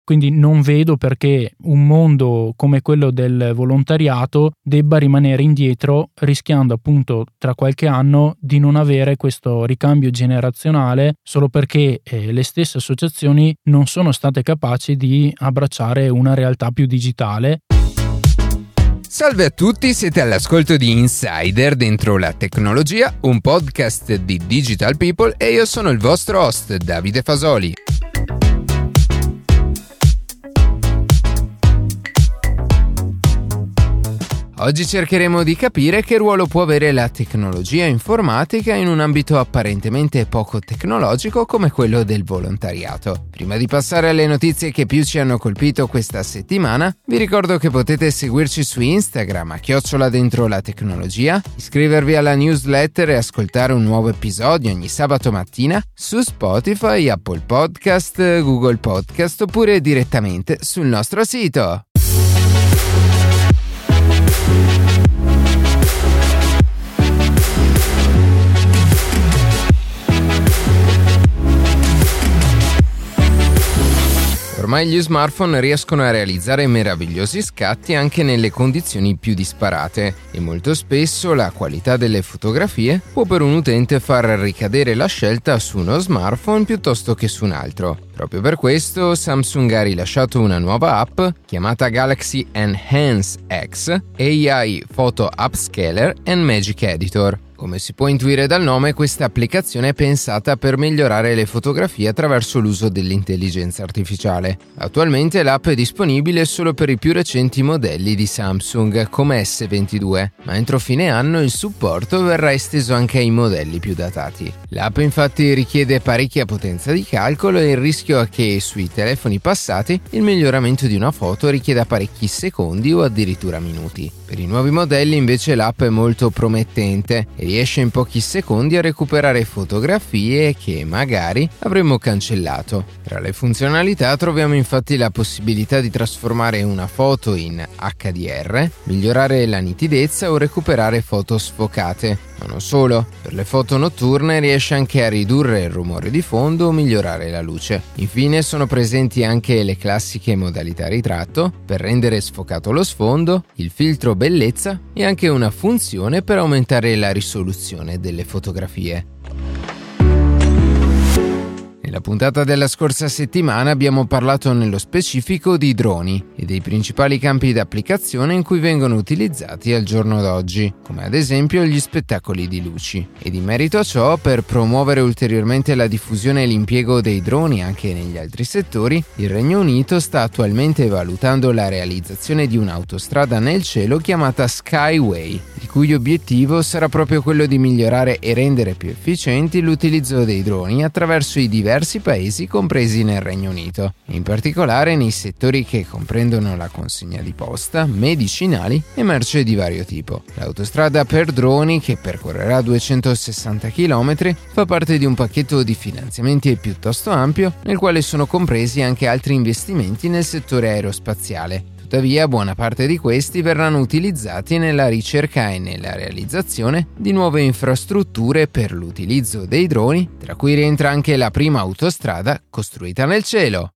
Quindi non vedo perché un mondo come quello del volontariato debba rimanere indietro, rischiando appunto tra qualche anno di non avere questo ricambio generazionale solo perché le stesse associazioni non sono state capaci di abbracciare una realtà più digitale. Salve a tutti, siete all'ascolto di Insider dentro la tecnologia, un podcast di Digital People e io sono il vostro host Davide Fasoli. Oggi cercheremo di capire che ruolo può avere la tecnologia informatica in un ambito apparentemente poco tecnologico come quello del volontariato. Prima di passare alle notizie che più ci hanno colpito questa settimana, vi ricordo che potete seguirci su Instagram @ dentro la tecnologia, iscrivervi alla newsletter e ascoltare un nuovo episodio ogni sabato mattina su Spotify, Apple Podcast, Google Podcast oppure direttamente sul nostro sito. Ormai gli smartphone riescono a realizzare meravigliosi scatti anche nelle condizioni più disparate e molto spesso la qualità delle fotografie può per un utente far ricadere la scelta su uno smartphone piuttosto che su un altro. Proprio per questo Samsung ha rilasciato una nuova app chiamata Galaxy Enhance X AI Photo Upscaler and Magic Editor. Come si può intuire dal nome, questa applicazione è pensata per migliorare le fotografie attraverso l'uso dell'intelligenza artificiale. Attualmente l'app è disponibile solo per i più recenti modelli di Samsung, come S22, ma entro fine anno il supporto verrà esteso anche ai modelli più datati. L'app infatti richiede parecchia potenza di calcolo e il rischio è che sui telefoni passati il miglioramento di una foto richieda parecchi secondi o addirittura minuti. Per i nuovi modelli invece l'app è molto promettente e riesce in pochi secondi a recuperare fotografie che magari avremmo cancellato. Tra le funzionalità troviamo infatti la possibilità di trasformare una foto in HDR, migliorare la nitidezza o recuperare foto sfocate. Ma non solo, per le foto notturne riesce anche a ridurre il rumore di fondo o migliorare la luce. Infine sono presenti anche le classiche modalità ritratto per rendere sfocato lo sfondo, il filtro bellezza e anche una funzione per aumentare la risoluzione delle fotografie. Nella puntata della scorsa settimana abbiamo parlato nello specifico di droni e dei principali campi d'applicazione in cui vengono utilizzati al giorno d'oggi, come ad esempio gli spettacoli di luci. Ed in merito a ciò, per promuovere ulteriormente la diffusione e l'impiego dei droni anche negli altri settori, il Regno Unito sta attualmente valutando la realizzazione di un'autostrada nel cielo chiamata Skyway, il cui obiettivo sarà proprio quello di migliorare e rendere più efficienti l'utilizzo dei droni attraverso i diversi paesi compresi nel Regno Unito, in particolare nei settori che comprendono la consegna di posta, medicinali e merce di vario tipo. L'autostrada per droni, che percorrerà 260 km, fa parte di un pacchetto di finanziamenti piuttosto ampio, nel quale sono compresi anche altri investimenti nel settore aerospaziale. Tuttavia, buona parte di questi verranno utilizzati nella ricerca e nella realizzazione di nuove infrastrutture per l'utilizzo dei droni, tra cui rientra anche la prima autostrada costruita nel cielo.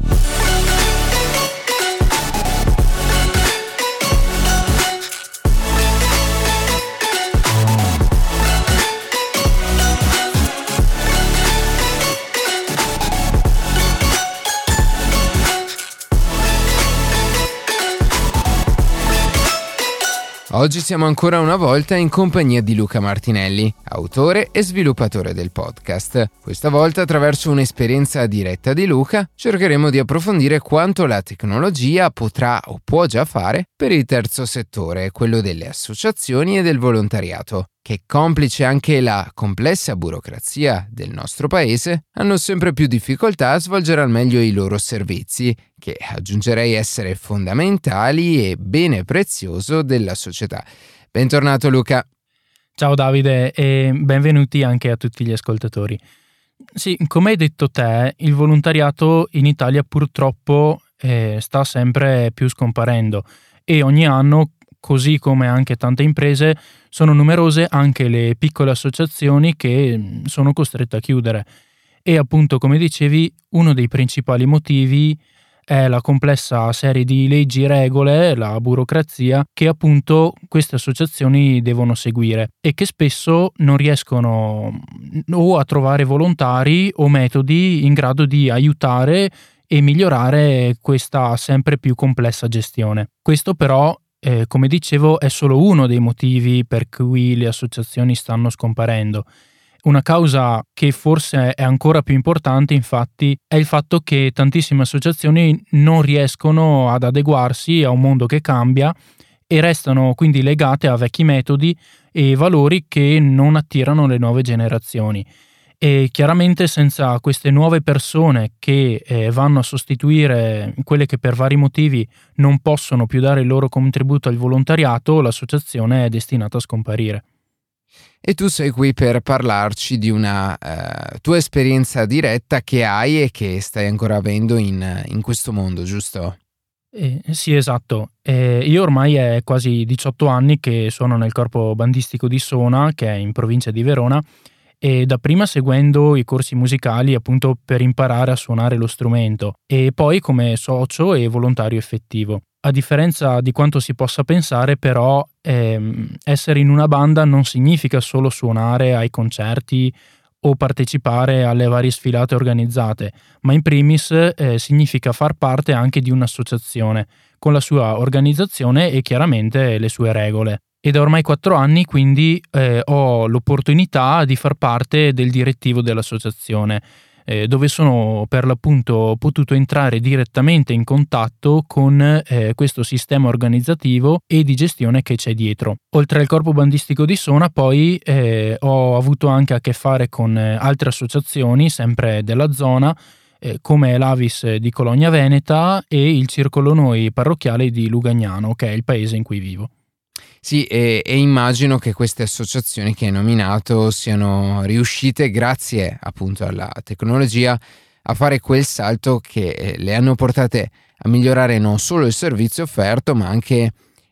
Oggi siamo ancora una volta in compagnia di Luca Martinelli, autore e sviluppatore del podcast. Questa volta, attraverso un'esperienza diretta di Luca, cercheremo di approfondire quanto la tecnologia potrà o può già fare per il terzo settore, quello delle associazioni e del volontariato, che, complice anche la complessa burocrazia del nostro paese, hanno sempre più difficoltà a svolgere al meglio i loro servizi, che aggiungerei essere fondamentali e bene prezioso della società. Bentornato Luca. Ciao Davide e benvenuti anche a tutti gli ascoltatori. Sì, come hai detto te, il volontariato in Italia purtroppo sta sempre più scomparendo e ogni anno, così come anche tante imprese, sono numerose anche le piccole associazioni che sono costrette a chiudere. E appunto, come dicevi, uno dei principali motivi è la complessa serie di leggi, regole, la burocrazia che appunto queste associazioni devono seguire e che spesso non riescono o a trovare volontari o metodi in grado di aiutare e migliorare questa sempre più complessa gestione. Questo però, come dicevo, è solo uno dei motivi per cui le associazioni stanno scomparendo. Una causa che forse è ancora più importante, infatti, è il fatto che tantissime associazioni non riescono ad adeguarsi a un mondo che cambia e restano quindi legate a vecchi metodi e valori che non attirano le nuove generazioni. E chiaramente senza queste nuove persone che vanno a sostituire quelle che per vari motivi non possono più dare il loro contributo al volontariato, l'associazione è destinata a scomparire. E tu sei qui per parlarci di una tua esperienza diretta che hai e che stai ancora avendo in questo mondo, giusto? Sì, esatto. Io ormai è quasi 18 anni che sono nel corpo bandistico di Sona, che è in provincia di Verona, e dapprima seguendo i corsi musicali appunto per imparare a suonare lo strumento e poi come socio e volontario effettivo. A differenza di quanto si possa pensare, però, essere in una banda non significa solo suonare ai concerti o partecipare alle varie sfilate organizzate, ma in primis significa far parte anche di un'associazione, con la sua organizzazione e chiaramente le sue regole. E da ormai 4 anni quindi ho l'opportunità di far parte del direttivo dell'associazione, dove sono per l'appunto potuto entrare direttamente in contatto con questo sistema organizzativo e di gestione che c'è dietro. Oltre al corpo bandistico di Sona, poi ho avuto anche a che fare con altre associazioni, sempre della zona, come l'Avis di Cologna Veneta e il Circolo Noi parrocchiale di Lugagnano, che è il paese in cui vivo. Sì, e immagino che queste associazioni che hai nominato siano riuscite, grazie appunto alla tecnologia, a fare quel salto che le hanno portate a migliorare non solo il servizio offerto, ma anche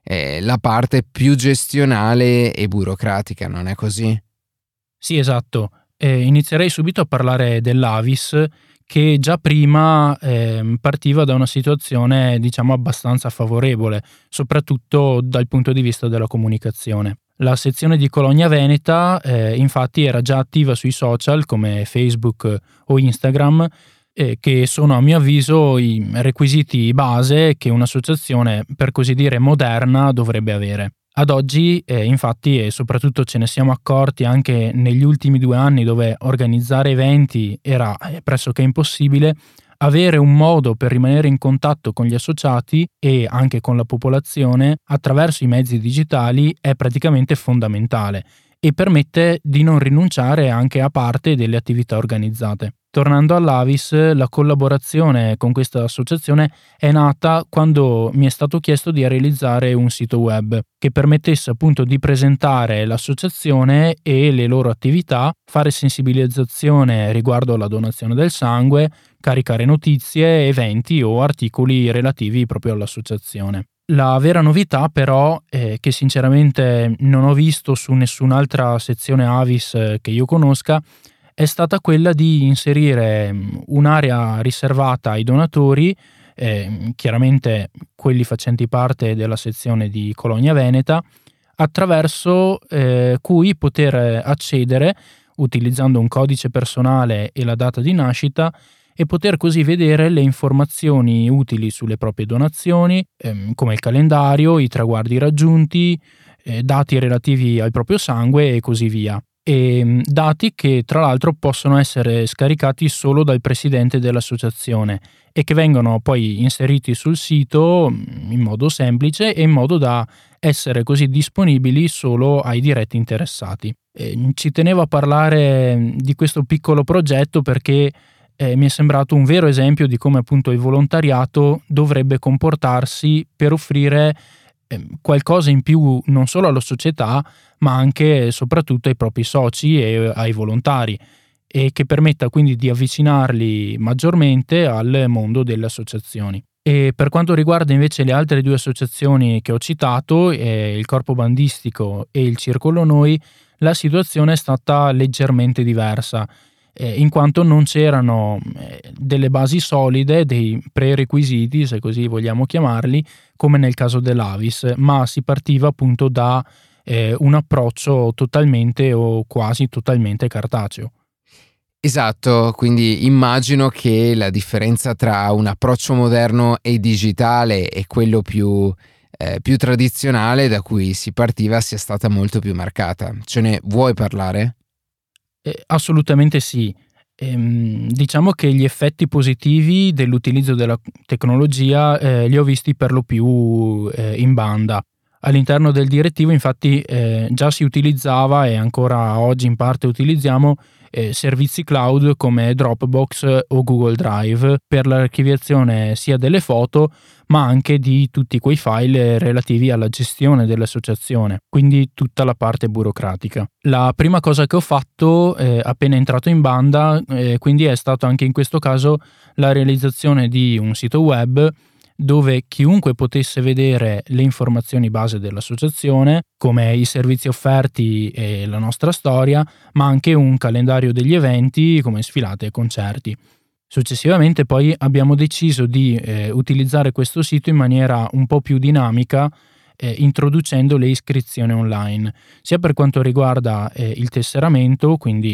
la parte più gestionale e burocratica, non è così? Sì, esatto. Inizierei subito a parlare dell'Avis, che già prima partiva da una situazione, diciamo, abbastanza favorevole, soprattutto dal punto di vista della comunicazione. La sezione di Cologna Veneta, infatti, era già attiva sui social come Facebook o Instagram, che sono a mio avviso i requisiti base che un'associazione, per così dire, moderna dovrebbe avere. Ad oggi, infatti, e soprattutto ce ne siamo accorti anche negli ultimi 2 anni dove organizzare eventi era pressoché impossibile, avere un modo per rimanere in contatto con gli associati e anche con la popolazione attraverso i mezzi digitali è praticamente fondamentale e permette di non rinunciare anche a parte delle attività organizzate. Tornando all'Avis, la collaborazione con questa associazione è nata quando mi è stato chiesto di realizzare un sito web che permettesse appunto di presentare l'associazione e le loro attività, fare sensibilizzazione riguardo alla donazione del sangue, caricare notizie, eventi o articoli relativi proprio all'associazione. La vera novità però, che sinceramente non ho visto su nessun'altra sezione Avis che io conosca, è stata quella di inserire un'area riservata ai donatori, chiaramente quelli facenti parte della sezione di Cologna Veneta, attraverso cui poter accedere utilizzando un codice personale e la data di nascita e poter così vedere le informazioni utili sulle proprie donazioni, come il calendario, i traguardi raggiunti, dati relativi al proprio sangue e così via. E dati che tra l'altro possono essere scaricati solo dal presidente dell'associazione e che vengono poi inseriti sul sito in modo semplice e in modo da essere così disponibili solo ai diretti interessati. Ci tenevo a parlare di questo piccolo progetto perché mi è sembrato un vero esempio di come appunto il volontariato dovrebbe comportarsi per offrire qualcosa in più non solo alla società ma anche e soprattutto ai propri soci e ai volontari e che permetta quindi di avvicinarli maggiormente al mondo delle associazioni. E per quanto riguarda invece le altre 2 associazioni che ho citato, il Corpo Bandistico e il Circolo Noi, la situazione è stata leggermente diversa. in quanto non c'erano delle basi solide, dei prerequisiti, se così vogliamo chiamarli, come nel caso dell'Avis, ma si partiva appunto da un approccio totalmente o quasi totalmente cartaceo. Esatto, quindi immagino che la differenza tra un approccio moderno e digitale e quello più tradizionale da cui si partiva sia stata molto più marcata. Ce ne vuoi parlare? Assolutamente sì. Diciamo che gli effetti positivi dell'utilizzo della tecnologia li ho visti per lo più in banda. All'interno del direttivo infatti già si utilizzava e ancora oggi in parte utilizziamo servizi cloud come Dropbox o Google Drive per l'archiviazione sia delle foto ma anche di tutti quei file relativi alla gestione dell'associazione, quindi tutta la parte burocratica. La prima cosa che ho fatto appena entrato in banda quindi è stato anche in questo caso la realizzazione di un sito web dove chiunque potesse vedere le informazioni base dell'associazione, come i servizi offerti e la nostra storia, ma anche un calendario degli eventi come sfilate e concerti. Successivamente poi abbiamo deciso di utilizzare questo sito in maniera un po' più dinamica, introducendo le iscrizioni online, sia per quanto riguarda il tesseramento, quindi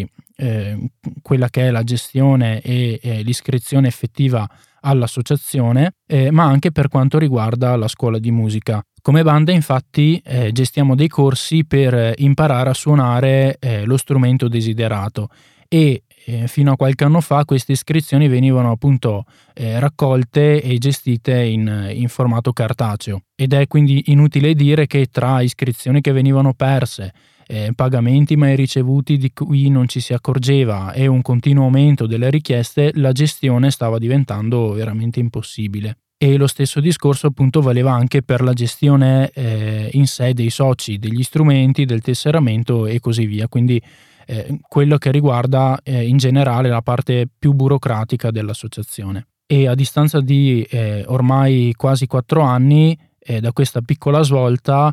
quella che è la gestione e l'iscrizione effettiva all'associazione, ma anche per quanto riguarda la scuola di musica. Come banda infatti gestiamo dei corsi per imparare a suonare lo strumento desiderato e fino a qualche anno fa queste iscrizioni venivano appunto raccolte e gestite in formato cartaceo, ed è quindi inutile dire che tra iscrizioni che venivano perse, pagamenti mai ricevuti di cui non ci si accorgeva e un continuo aumento delle richieste, la gestione stava diventando veramente impossibile. E lo stesso discorso appunto valeva anche per la gestione in sé dei soci, degli strumenti, del tesseramento e così via, quindi quello che riguarda in generale la parte più burocratica dell'associazione. E a distanza di ormai quasi 4 anni da questa piccola svolta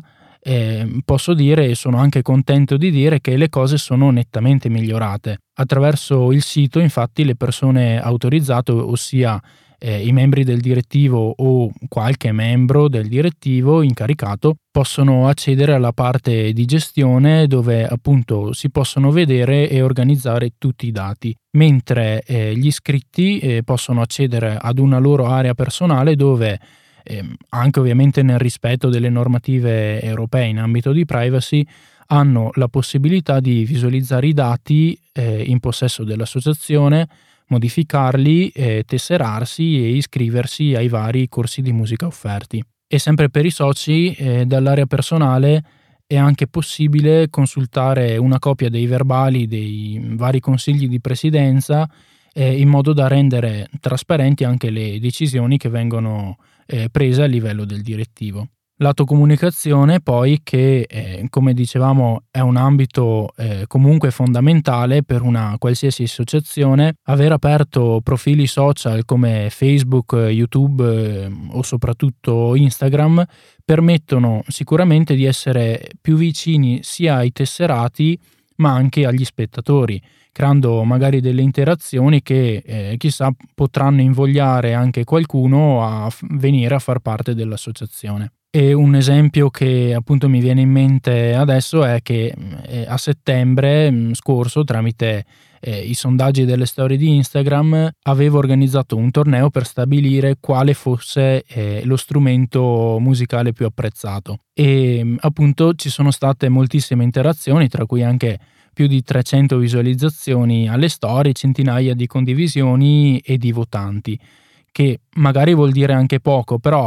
posso dire e sono anche contento di dire che le cose sono nettamente migliorate. Attraverso il sito infatti le persone autorizzate, ossia i membri del direttivo o qualche membro del direttivo incaricato, possono accedere alla parte di gestione dove appunto si possono vedere e organizzare tutti i dati, mentre gli iscritti possono accedere ad una loro area personale dove anche ovviamente nel rispetto delle normative europee in ambito di privacy hanno la possibilità di visualizzare i dati in possesso dell'associazione, modificarli, tesserarsi e iscriversi ai vari corsi di musica offerti. E sempre per i soci, dall'area personale è anche possibile consultare una copia dei verbali dei vari consigli di presidenza in modo da rendere trasparenti anche le decisioni che vengono prese a livello del direttivo. Lato comunicazione poi, che come dicevamo è un ambito comunque fondamentale per una qualsiasi associazione, aver aperto profili social come Facebook, YouTube o soprattutto Instagram permettono sicuramente di essere più vicini sia ai tesserati ma anche agli spettatori, creando magari delle interazioni che chissà potranno invogliare anche qualcuno a venire a far parte dell'associazione. E un esempio che appunto mi viene in mente adesso è che a settembre scorso, tramite i sondaggi delle storie di Instagram, avevo organizzato un torneo per stabilire quale fosse lo strumento musicale più apprezzato e appunto ci sono state moltissime interazioni, tra cui anche più di 300 visualizzazioni alle storie, centinaia di condivisioni e di votanti, che magari vuol dire anche poco, però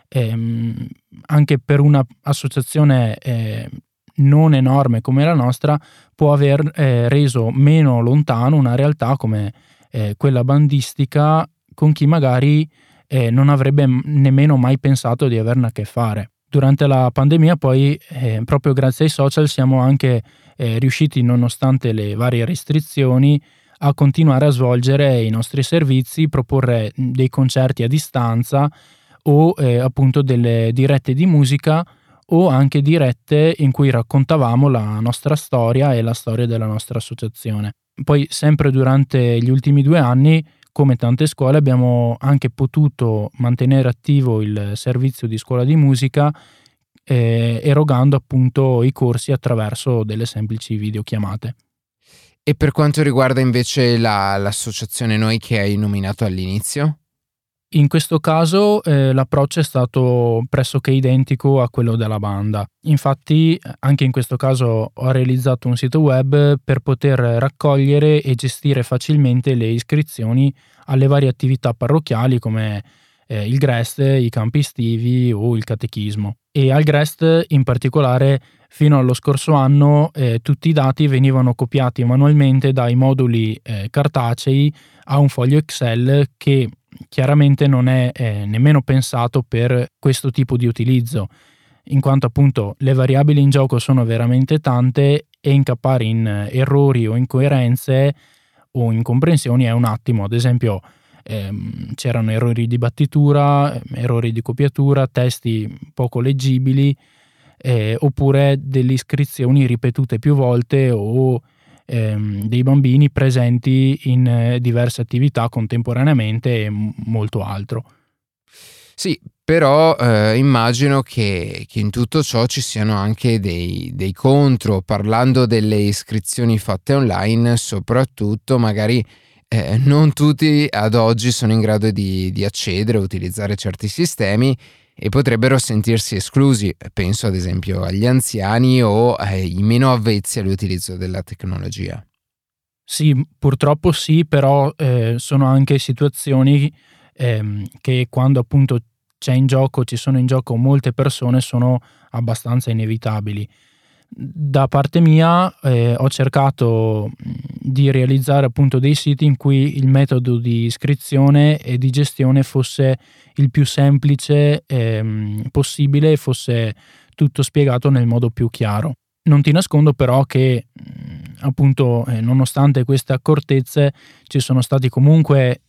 anche per un'associazione non enorme come la nostra può aver reso meno lontano una realtà come quella bandistica con chi magari non avrebbe nemmeno mai pensato di averne a che fare. Durante la pandemia poi proprio grazie ai social siamo anche riusciti, nonostante le varie restrizioni, a continuare a svolgere i nostri servizi, proporre dei concerti a distanza o appunto delle dirette di musica o anche dirette in cui raccontavamo la nostra storia e la storia della nostra associazione. Poi sempre durante gli ultimi 2 anni, come tante scuole, abbiamo anche potuto mantenere attivo il servizio di scuola di musica, erogando appunto i corsi attraverso delle semplici videochiamate. E per quanto riguarda invece l'associazione Noi che hai nominato all'inizio? In questo caso l'approccio è stato pressoché identico a quello della banda. Infatti anche in questo caso ho realizzato un sito web per poter raccogliere e gestire facilmente le iscrizioni alle varie attività parrocchiali come il GREST, i campi estivi o il catechismo. E al GREST in particolare fino allo scorso anno tutti i dati venivano copiati manualmente dai moduli cartacei a un foglio Excel che chiaramente non è nemmeno pensato per questo tipo di utilizzo, in quanto appunto le variabili in gioco sono veramente tante e incappare in errori o incoerenze o incomprensioni è un attimo. Ad esempio c'erano errori di battitura, errori di copiatura, testi poco leggibili, oppure delle iscrizioni ripetute più volte o dei bambini presenti in diverse attività contemporaneamente e molto altro. Sì, però immagino che in tutto ciò ci siano anche dei contro, parlando delle iscrizioni fatte online, soprattutto magari non tutti ad oggi sono in grado di accedere a utilizzare certi sistemi e potrebbero sentirsi esclusi. Penso ad esempio agli anziani o ai meno avvezzi all'utilizzo della tecnologia. Sì, purtroppo sì, però sono anche situazioni che quando appunto ci sono in gioco molte persone, sono abbastanza inevitabili. Da parte mia ho cercato di realizzare appunto dei siti in cui il metodo di iscrizione e di gestione fosse il più semplice possibile e fosse tutto spiegato nel modo più chiaro. Non ti nascondo però che appunto nonostante queste accortezze ci sono stati comunque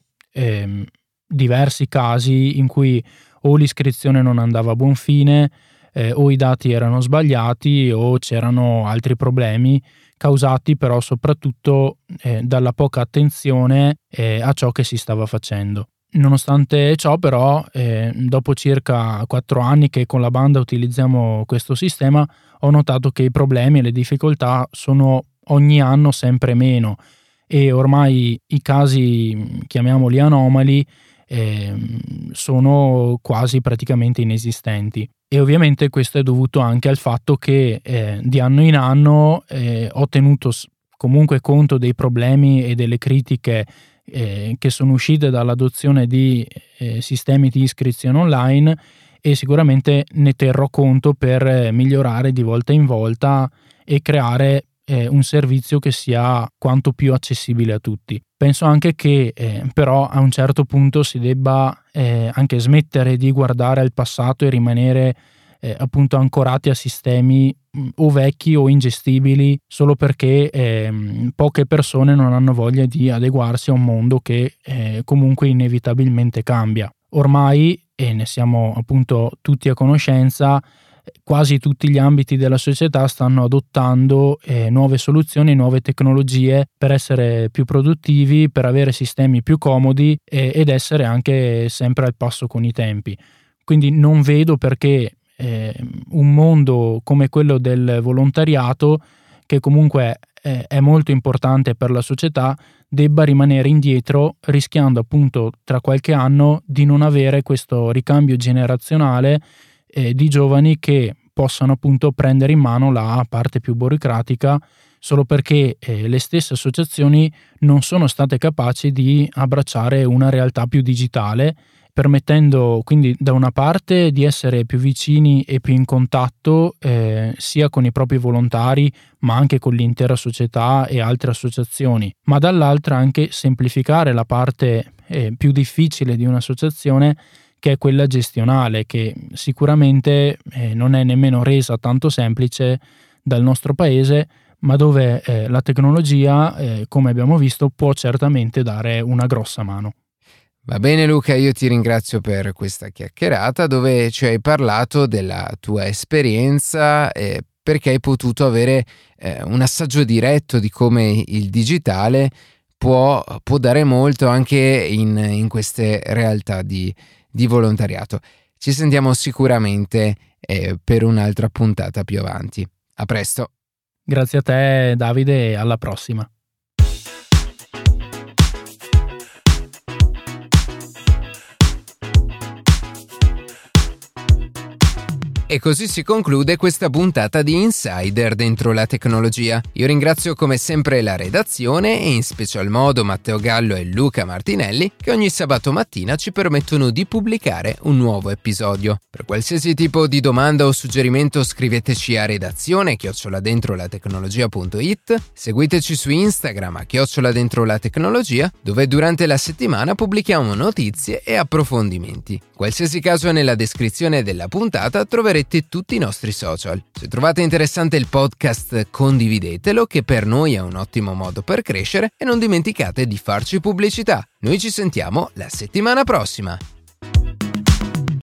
diversi casi in cui o l'iscrizione non andava a buon fine, o i dati erano sbagliati o c'erano altri problemi causati però soprattutto dalla poca attenzione a ciò che si stava facendo. Nonostante ciò però dopo circa 4 anni che con la banda utilizziamo questo sistema, ho notato che i problemi e le difficoltà sono ogni anno sempre meno e ormai i casi, chiamiamoli anomali, sono quasi praticamente inesistenti. E ovviamente questo è dovuto anche al fatto che di anno in anno ho tenuto comunque conto dei problemi e delle critiche che sono uscite dall'adozione di sistemi di iscrizione online e sicuramente ne terrò conto per migliorare di volta in volta e creare un servizio che sia quanto più accessibile a tutti. Penso anche che però a un certo punto si debba anche smettere di guardare al passato e rimanere appunto ancorati a sistemi o vecchi o ingestibili solo perché poche persone non hanno voglia di adeguarsi a un mondo che comunque inevitabilmente cambia. Ormai, e ne siamo appunto tutti a conoscenza, quasi tutti gli ambiti della società stanno adottando nuove soluzioni, nuove tecnologie per essere più produttivi, per avere sistemi più comodi ed essere anche sempre al passo con i tempi. Quindi non vedo perché un mondo come quello del volontariato, che comunque è molto importante per la società, debba rimanere indietro, rischiando appunto tra qualche anno di non avere questo ricambio generazionale di giovani che possano appunto prendere in mano la parte più burocratica solo perché le stesse associazioni non sono state capaci di abbracciare una realtà più digitale, permettendo quindi da una parte di essere più vicini e più in contatto sia con i propri volontari ma anche con l'intera società e altre associazioni, ma dall'altra anche semplificare la parte più difficile di un'associazione, che è quella gestionale, che sicuramente non è nemmeno resa tanto semplice dal nostro paese, ma dove la tecnologia, come abbiamo visto, può certamente dare una grossa mano. Va bene Luca, io ti ringrazio per questa chiacchierata dove ci hai parlato della tua esperienza perché hai potuto avere un assaggio diretto di come il digitale può dare molto anche in queste realtà di volontariato. Ci sentiamo sicuramente per un'altra puntata più avanti. A presto. Grazie a te, Davide, e alla prossima. E così si conclude questa puntata di Insider dentro la tecnologia. Io ringrazio come sempre la redazione e in special modo Matteo Gallo e Luca Martinelli che ogni sabato mattina ci permettono di pubblicare un nuovo episodio. Per qualsiasi tipo di domanda o suggerimento scriveteci a redazione@dentrolatecnologia.it, seguiteci su Instagram @dentrolatecnologia, dove durante la settimana pubblichiamo notizie e approfondimenti. Qualsiasi caso, nella descrizione della puntata troverete tutti i nostri social. Se trovate interessante il podcast, condividetelo, che per noi è un ottimo modo per crescere, e non dimenticate di farci pubblicità. Noi ci sentiamo la settimana prossima.